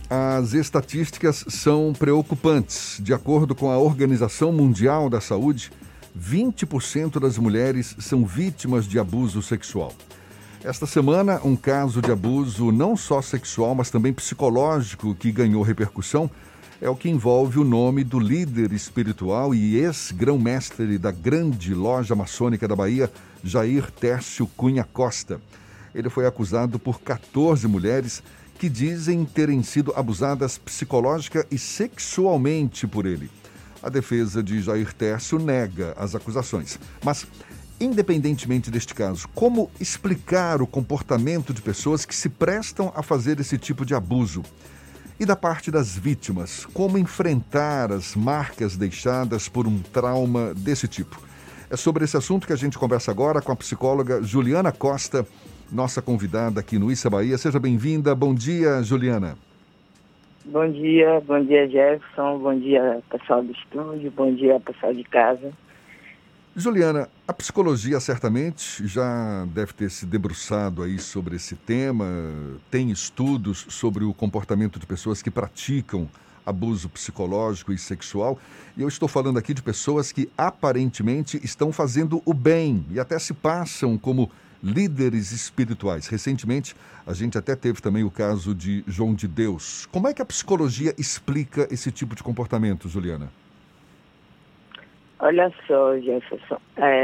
As estatísticas são preocupantes. De acordo com a Organização Mundial da Saúde, 20% das mulheres são vítimas de abuso sexual. Esta semana, um caso de abuso não só sexual, mas também psicológico que ganhou repercussão é o que envolve o nome do líder espiritual e ex-grão-mestre da grande loja maçônica da Bahia, Jair Tércio Cunha Costa. Ele foi acusado por 14 mulheres que dizem terem sido abusadas psicológica e sexualmente por ele. A defesa de Jair Tércio nega as acusações. Mas, independentemente deste caso, como explicar o comportamento de pessoas que se prestam a fazer esse tipo de abuso? E da parte das vítimas, como enfrentar as marcas deixadas por um trauma desse tipo? É sobre esse assunto que a gente conversa agora com a psicóloga Juliana Costa, nossa convidada aqui no Issa Bahia. Seja bem-vinda. Bom dia, Juliana. Bom dia Jefferson, bom dia pessoal do estúdio, bom dia pessoal de casa. Juliana, a psicologia certamente já deve ter se debruçado aí sobre esse tema, tem estudos sobre o comportamento de pessoas que praticam abuso psicológico e sexual, e eu estou falando aqui de pessoas que aparentemente estão fazendo o bem e até se passam como líderes espirituais. Recentemente, a gente até teve também o caso de João de Deus. Como é que a psicologia explica esse tipo de comportamento, Juliana? Olha só, Jefferson,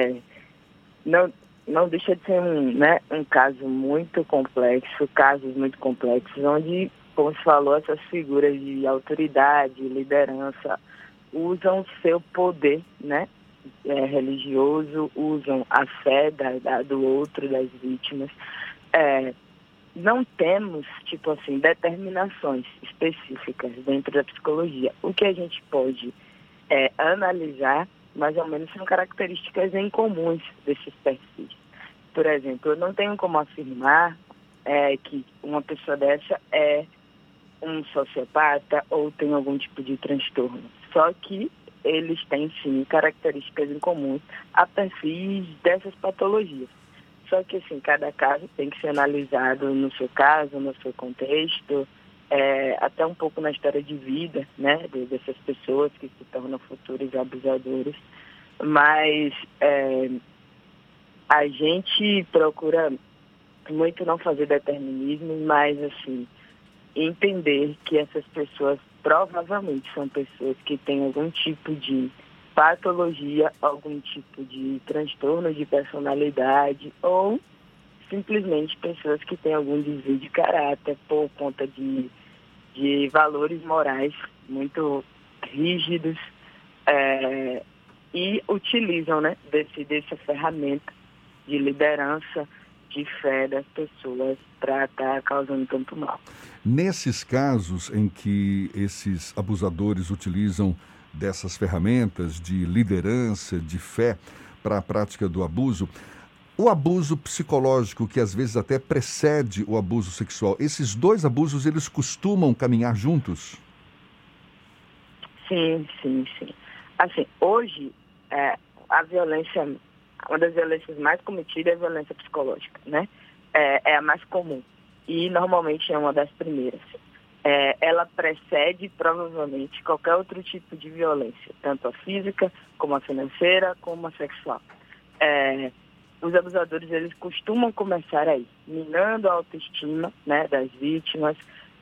não deixa de ser um caso muito complexo, casos muito complexos, onde, como se falou, essas figuras de autoridade, liderança, usam seu poder, religioso, usam a fé do outro, das vítimas. Não temos, determinações específicas dentro da psicologia. O que a gente pode analisar, mais ou menos, são características em comuns desses perfis. Por exemplo, eu não tenho como afirmar que uma pessoa dessa é um sociopata ou tem algum tipo de transtorno. Só que eles têm, sim, características em comum a perfis dessas patologias. Só que, assim, cada caso tem que ser analisado no seu caso, no seu contexto, até um pouco na história de vida, dessas pessoas que se tornam futuros abusadores. Mas a gente procura muito não fazer determinismo, mas, assim, entender que essas pessoas provavelmente são pessoas que têm algum tipo de patologia, algum tipo de transtorno de personalidade ou simplesmente pessoas que têm algum desvio de caráter por conta de valores morais muito rígidos e utilizam dessa ferramenta de liderança, de fé das pessoas para estar causando tanto mal. Nesses casos em que esses abusadores utilizam dessas ferramentas de liderança, de fé para a prática do abuso, o abuso psicológico, que às vezes até precede o abuso sexual, esses dois abusos, eles costumam caminhar juntos? Sim. Assim, hoje, a violência, uma das violências mais cometidas é a violência psicológica, é a mais comum e normalmente é uma das primeiras. Ela precede, provavelmente, qualquer outro tipo de violência, tanto a física, como a financeira, como a sexual. Os abusadores, eles costumam começar aí, minando a autoestima das vítimas,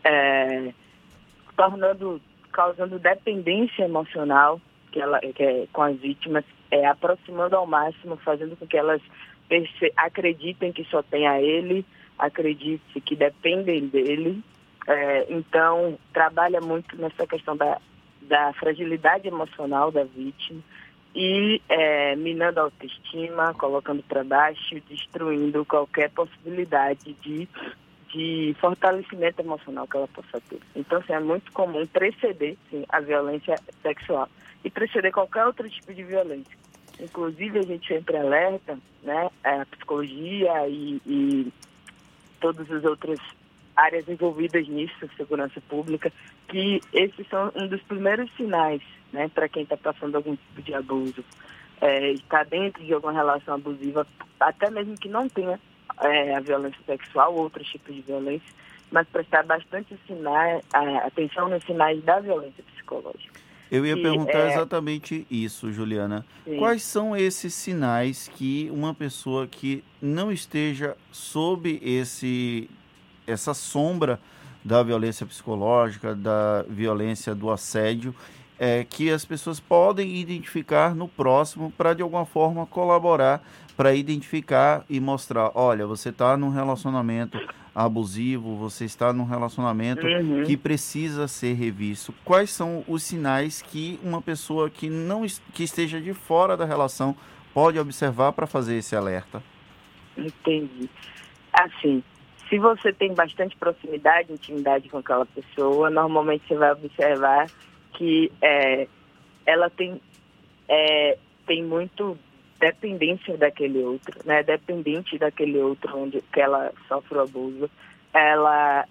causando dependência emocional com as vítimas, aproximando ao máximo, fazendo com que elas acreditem que só tem a ele, acreditem que dependem dele. Então, trabalha muito nessa questão da fragilidade emocional da vítima e minando a autoestima, colocando para baixo, destruindo qualquer possibilidade de fortalecimento emocional que ela possa ter. Então, assim, é muito comum preceder, sim, a violência sexual e preceder qualquer outro tipo de violência. Inclusive, a gente sempre alerta, a psicologia e todas as outras áreas envolvidas nisso, segurança pública, que esses são um dos primeiros sinais, para quem está passando algum tipo de abuso, está dentro de alguma relação abusiva, até mesmo que não tenha a violência sexual ou outros tipos de violência, mas prestar bastante atenção nos sinais da violência psicológica. Eu ia perguntar exatamente isso, Juliana. Sim. Quais são esses sinais que uma pessoa que não esteja sob essa sombra da violência psicológica, da violência do assédio, que as pessoas podem identificar no próximo para, de alguma forma, colaborar para identificar e mostrar, olha, você está num relacionamento abusivo, você está num relacionamento que precisa ser revisto. Quais são os sinais que uma pessoa que esteja de fora da relação pode observar para fazer esse alerta? Entendi. Assim, se você tem bastante proximidade, intimidade com aquela pessoa, normalmente você vai observar que ela tem muito dependência daquele outro, né? Dependente daquele outro que ela sofre o abuso. Ela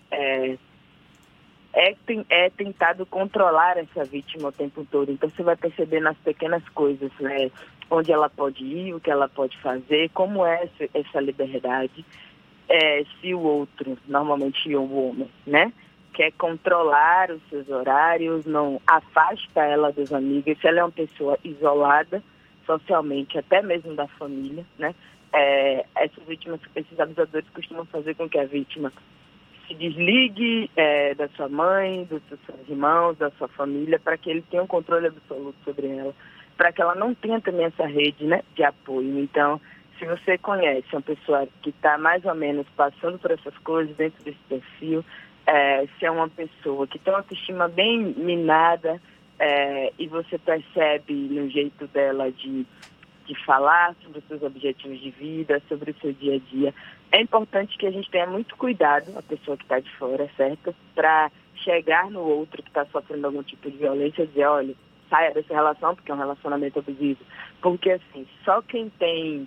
é tentado controlar essa vítima o tempo todo. Então você vai perceber nas pequenas coisas, né? Onde ela pode ir, o que ela pode fazer, como é essa liberdade. Se o outro, normalmente o homem, né, quer controlar os seus horários, não afasta ela dos amigos, se ela é uma pessoa isolada socialmente, até mesmo da família, né, essas vítimas, esses abusadores costumam fazer com que a vítima se desligue da sua mãe, dos seus irmãos, da sua família, para que ele tenha um controle absoluto sobre ela, para que ela não tenha também essa rede, né, de apoio. Então, se você conhece uma pessoa que está mais ou menos passando por essas coisas dentro desse perfil, se é uma pessoa que tem uma autoestima bem minada e você percebe no jeito dela de falar sobre os seus objetivos de vida, sobre o seu dia a dia, é importante que a gente tenha muito cuidado, a pessoa que está de fora, certo? Para chegar no outro que está sofrendo algum tipo de violência e dizer, olha, saia dessa relação porque é um relacionamento abusivo. Porque assim, só quem tem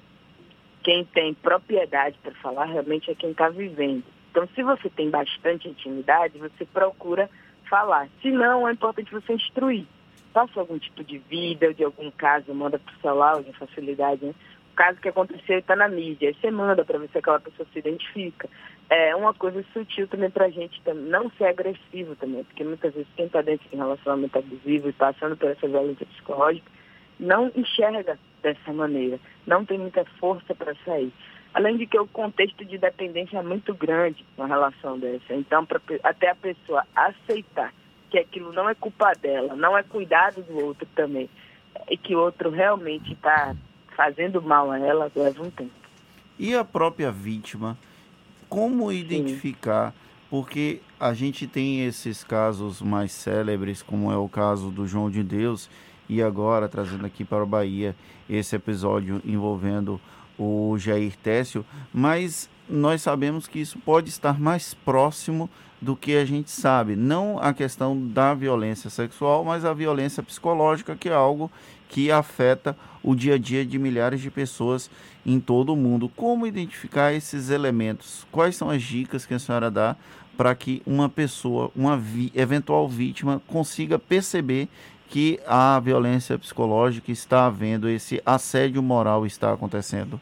propriedade para falar realmente é quem está vivendo. Então, se você tem bastante intimidade, você procura falar. Se não, é importante você instruir. Faça algum tipo de vida, de algum caso, manda para o celular, de facilidade, né? O caso que aconteceu está na mídia, aí você manda para ver se aquela pessoa se identifica. É uma coisa sutil também para a gente não ser agressivo também, porque muitas vezes quem está dentro de um relacionamento abusivo e passando por essa violência psicológica, não enxerga dessa maneira, não tem muita força para sair. Além de que o contexto de dependência é muito grande na relação dessa. Então, até a pessoa aceitar que aquilo não é culpa dela, não é cuidado do outro também, e que o outro realmente está fazendo mal a ela, leva um tempo. E a própria vítima, como identificar? Porque a gente tem esses casos mais célebres, como é o caso do João de Deus, e agora, trazendo aqui para a Bahia, esse episódio envolvendo o Jair Técio, mas nós sabemos que isso pode estar mais próximo do que a gente sabe. Não a questão da violência sexual, mas a violência psicológica, que é algo que afeta o dia a dia de milhares de pessoas em todo o mundo. Como identificar esses elementos? Quais são as dicas que a senhora dá para que uma pessoa, eventual vítima, consiga perceber que a violência psicológica está havendo, esse assédio moral está acontecendo?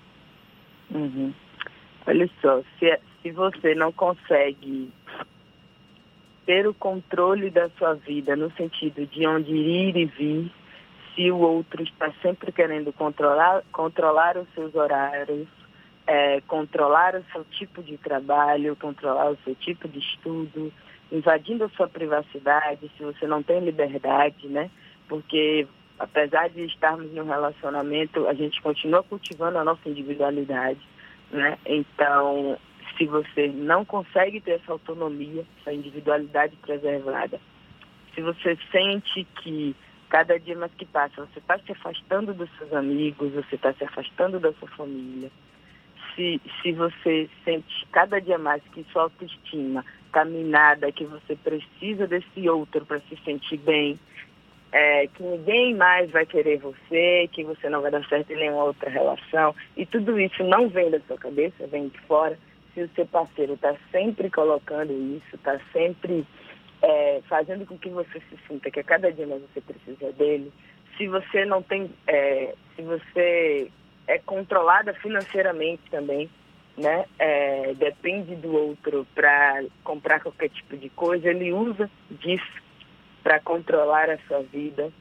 Olha só, se você não consegue ter o controle da sua vida no sentido de onde ir e vir, se o outro está sempre querendo controlar os seus horários, controlar o seu tipo de trabalho, controlar o seu tipo de estudo, invadindo a sua privacidade, se você não tem liberdade, né? Porque apesar de estarmos num relacionamento, a gente continua cultivando a nossa individualidade, né? Então, se você não consegue ter essa autonomia, essa individualidade preservada, se você sente que cada dia mais que passa você está se afastando dos seus amigos, você está se afastando da sua família, se você sente cada dia mais que sua autoestima está minada, que você precisa desse outro para se sentir bem, que ninguém mais vai querer você, que você não vai dar certo em nenhuma outra relação, e tudo isso não vem da sua cabeça, vem de fora. Se o seu parceiro está sempre colocando isso, está sempre fazendo com que você se sinta que a cada dia mais você precisa dele, se você não tem, se você é controlada financeiramente também, né, depende do outro para comprar qualquer tipo de coisa, ele usa disso para controlar a sua vida.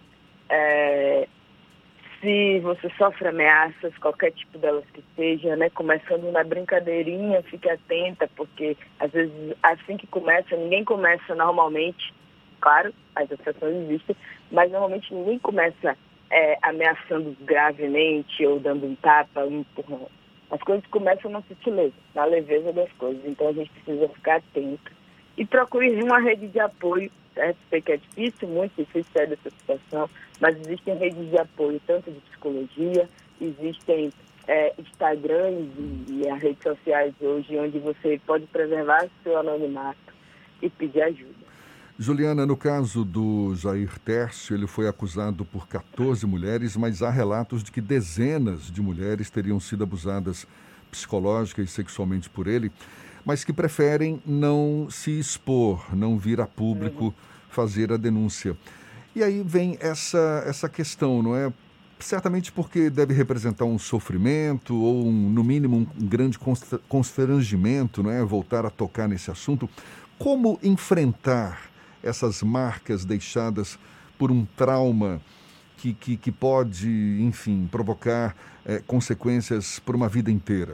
Se você sofre ameaças, qualquer tipo delas que seja, né, começando na brincadeirinha, fique atenta, porque às vezes assim que começa, ninguém começa normalmente, claro, as exceções existem, mas normalmente ninguém começa ameaçando gravemente ou dando um tapa, um empurrão. As coisas começam na sutileza, na leveza das coisas, então a gente precisa ficar atento. E procure uma rede de apoio, certo? Sei que é difícil, muito difícil sair dessa situação, mas existem redes de apoio, tanto de psicologia, existem Instagrams e as redes sociais hoje, onde você pode preservar seu anonimato e pedir ajuda. Juliana, no caso do Jair Tércio, ele foi acusado por 14 mulheres, mas há relatos de que dezenas de mulheres teriam sido abusadas psicológica e sexualmente por ele, mas que preferem não se expor, não vir a público fazer a denúncia. E aí vem essa questão, não é? Certamente porque deve representar um sofrimento ou, no mínimo, um grande constrangimento, não é? Voltar a tocar nesse assunto. Como enfrentar essas marcas deixadas por um trauma que pode, enfim, provocar consequências por uma vida inteira?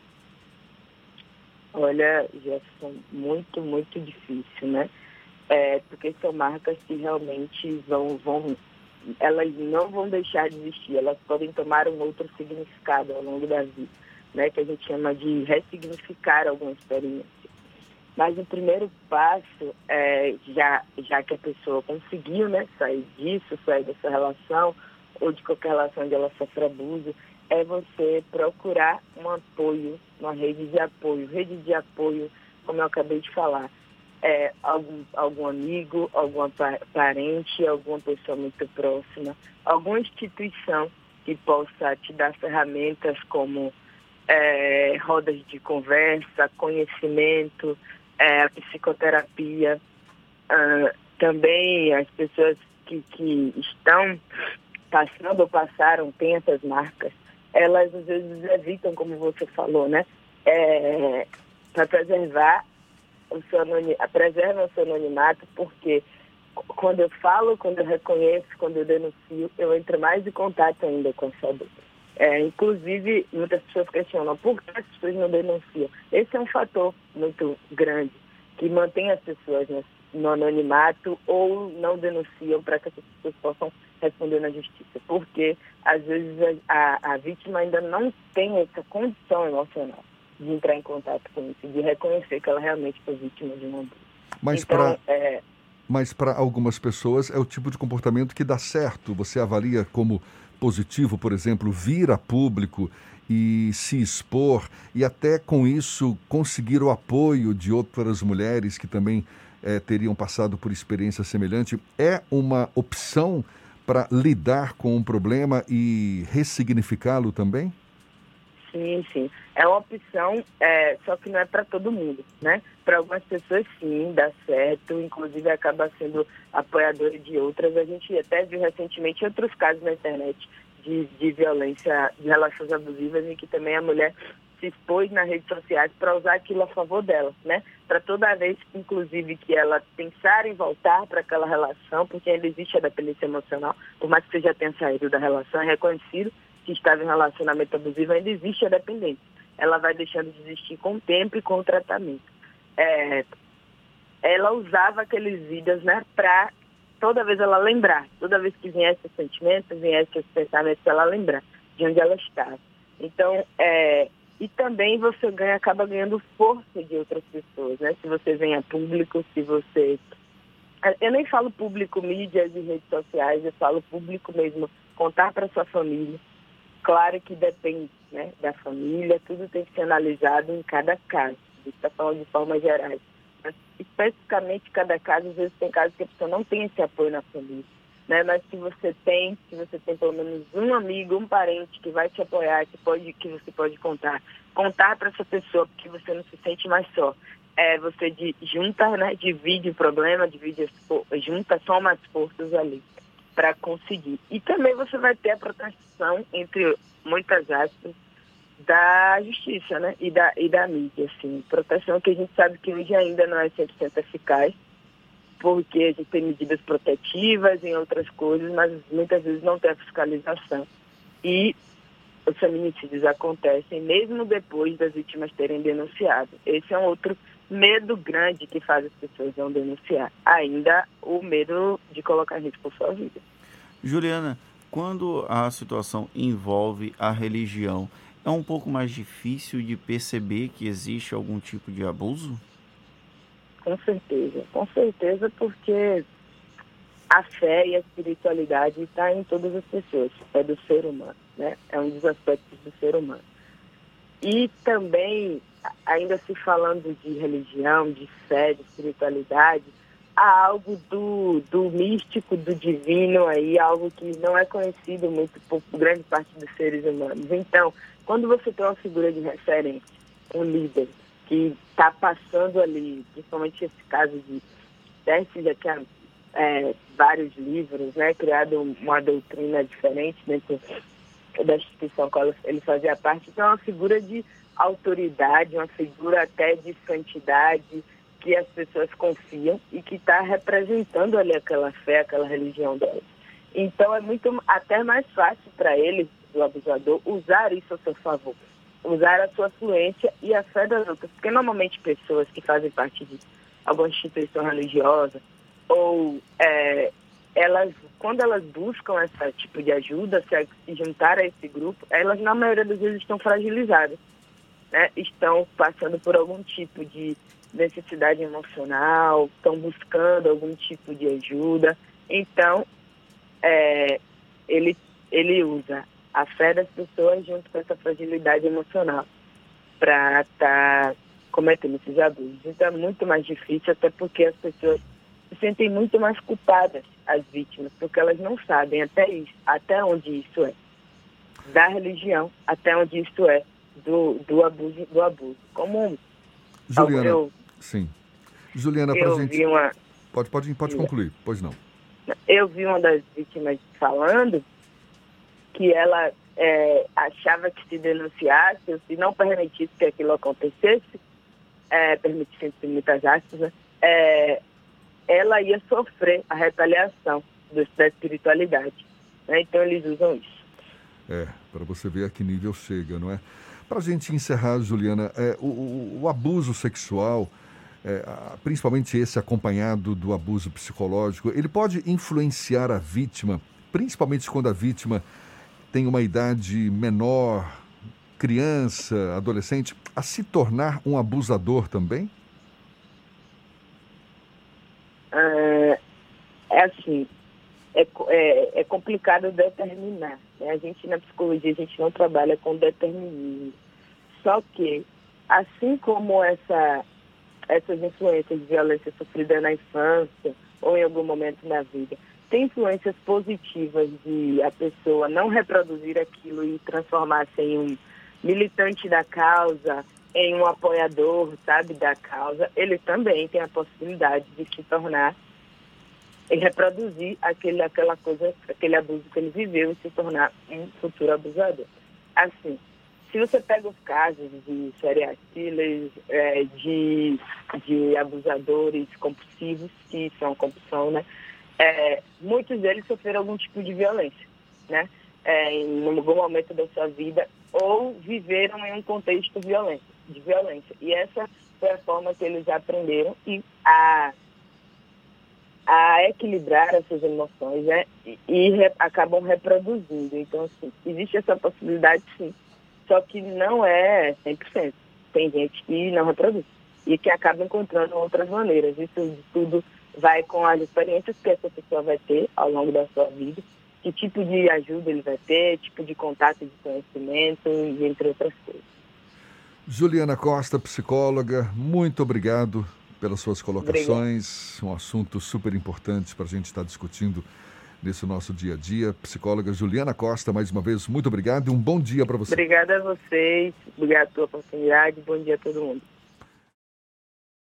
Olha, Jefferson, muito, muito difícil, né? Porque são marcas que realmente elas não vão deixar de existir, elas podem tomar um outro significado ao longo da vida, né? Que a gente chama de ressignificar alguma experiência. Mas o primeiro passo, já que a pessoa conseguiu, né, sair disso, sair dessa relação, ou de qualquer relação onde ela sofre abuso, é você procurar um apoio, uma rede de apoio. Rede de apoio, como eu acabei de falar, algum amigo, algum parente, alguma pessoa muito próxima, alguma instituição que possa te dar ferramentas como rodas de conversa, conhecimento, a psicoterapia. Também as pessoas que estão passando ou passaram, têm essas marcas, elas às vezes evitam, como você falou, né? Para preservar preservam o seu anonimato, porque quando eu falo, quando eu reconheço, quando eu denuncio, eu entro mais em contato ainda com essa dor. Inclusive, muitas pessoas questionam por que as pessoas não denunciam. Esse é um fator muito grande que mantém as pessoas no anonimato ou não denunciam para que essas pessoas possam responder na justiça. Porque, às vezes, a vítima ainda não tem essa condição emocional de entrar em contato com isso, de reconhecer que ela realmente foi vítima de um abuso. Mas para algumas pessoas é o tipo de comportamento que dá certo. Você avalia como positivo, por exemplo, vir a público e se expor e até com isso conseguir o apoio de outras mulheres que também teriam passado por experiência semelhante. É uma opção para lidar com um problema e ressignificá-lo também? Sim. É uma opção, só que não é para todo mundo, né? Para algumas pessoas, sim, dá certo, inclusive acaba sendo apoiadora de outras. A gente até viu recentemente outros casos na internet de violência, de relações abusivas, em que também a mulher se expôs nas redes sociais para usar aquilo a favor dela, né? Para toda vez, inclusive, que ela pensar em voltar para aquela relação, porque ainda existe a dependência emocional, por mais que você já tenha saído da relação, é reconhecido que estava em relacionamento abusivo, ainda existe a dependência. Ela vai deixando de existir com o tempo e com o tratamento. Ela usava aqueles vídeos, né, para toda vez ela lembrar, toda vez que viesse esse sentimento, viesse esse pensamento, ela lembrar de onde ela estava. Então, e também você acaba ganhando força de outras pessoas, né? Se você vem a público, se você... Eu nem falo público, mídias e redes sociais, eu falo público mesmo, contar para sua família. Claro que depende, né, da família, tudo tem que ser analisado em cada caso. A gente está falando de forma geral. Mas, especificamente, cada caso, às vezes tem casos que a pessoa não tem esse apoio na família, né? Mas se você tem pelo menos um amigo, um parente que vai te apoiar, que você pode contar para essa pessoa, porque você não se sente mais só. Você junta, né, divide o problema, junta, soma as forças ali para conseguir. E também você vai ter a proteção, entre muitas aspas, da justiça, né? E da mídia, assim. Proteção que a gente sabe que hoje ainda não é 100% eficaz, porque a gente tem medidas protetivas em outras coisas, mas muitas vezes não tem a fiscalização. E os feminicídios acontecem mesmo depois das vítimas terem denunciado. Esse é um outro medo grande que faz as pessoas não denunciar. Ainda o medo de colocar em risco a sua vida. Juliana, quando a situação envolve a religião, é um pouco mais difícil de perceber que existe algum tipo de abuso? Com certeza, porque a fé e a espiritualidade está em todas as pessoas, é do ser humano, né? É um dos aspectos do ser humano. E também, ainda se falando de religião, de fé, de espiritualidade, há algo do místico, do divino aí, algo que não é conhecido muito por grande parte dos seres humanos. Então, quando você tem uma figura de referência, um líder que está passando ali, principalmente esse caso de Terce, já tinha vários livros, né, criado uma doutrina diferente dentro da instituição qual ele fazia parte. Então, é uma figura de autoridade, uma figura até de santidade, que as pessoas confiam e que está representando ali aquela fé, aquela religião delas. Então, é muito até mais fácil para ele, o abusador, usar isso a seu favor, usar a sua influência e a fé das outras. Porque, normalmente, pessoas que fazem parte de alguma instituição religiosa ou quando elas buscam esse tipo de ajuda, se juntar a esse grupo, elas, na maioria das vezes, estão fragilizadas, né? Estão passando por algum tipo de necessidade emocional, estão buscando algum tipo de ajuda. Então, ele usa a fé das pessoas junto com essa fragilidade emocional para estar cometendo esses abusos. Então, é muito mais difícil, até porque as pessoas se sentem muito mais culpadas, as vítimas, porque elas não sabem até onde isso é da religião, até onde isso é do abuso. Como Juliana, sim. Juliana, para a gente... Pode concluir, pois não. Eu vi uma das vítimas falando que ela achava que se denunciasse, ou se não permitisse que aquilo acontecesse, permitisse entre muitas aspas, né, ela ia sofrer a retaliação da espiritualidade, né? Então eles usam isso. Para você ver a que nível chega, não é? Para a gente encerrar, Juliana, o abuso sexual, principalmente esse acompanhado do abuso psicológico, ele pode influenciar a vítima, principalmente quando a vítima tem uma idade menor, criança, adolescente, a se tornar um abusador também? Assim, é complicado determinar, né? A gente, na psicologia, a gente não trabalha com determinismo. Só que, assim como essas influências de violência sofrida na infância ou em algum momento na vida, tem influências positivas de a pessoa não reproduzir aquilo e transformar-se em um militante da causa, em um apoiador, sabe, da causa, ele também tem a possibilidade de se tornar e reproduzir aquela coisa, aquele abuso que ele viveu e se tornar um futuro abusador. Assim, se você pega os casos de serial killers, de abusadores compulsivos, que são compulsão, né? Muitos deles sofreram algum tipo de violência, né? Em algum momento da sua vida, ou viveram em um contexto de violência. E essa foi a forma que eles aprenderam a equilibrar essas emoções, né? E acabam reproduzindo. Então, assim, existe essa possibilidade, sim. Só que não é 100%. Tem gente que não reproduz e que acaba encontrando outras maneiras. Isso tudo vai com as experiências que essa pessoa vai ter ao longo da sua vida, que tipo de ajuda ele vai ter, tipo de contato de conhecimento, e entre outras coisas. Juliana Costa, psicóloga, muito obrigado pelas suas colocações. Obrigada. Um assunto super importante para a gente estar discutindo nesse nosso dia a dia. Psicóloga Juliana Costa, mais uma vez, muito obrigado e um bom dia para você. Obrigada a vocês, obrigado pela oportunidade, bom dia a todo mundo.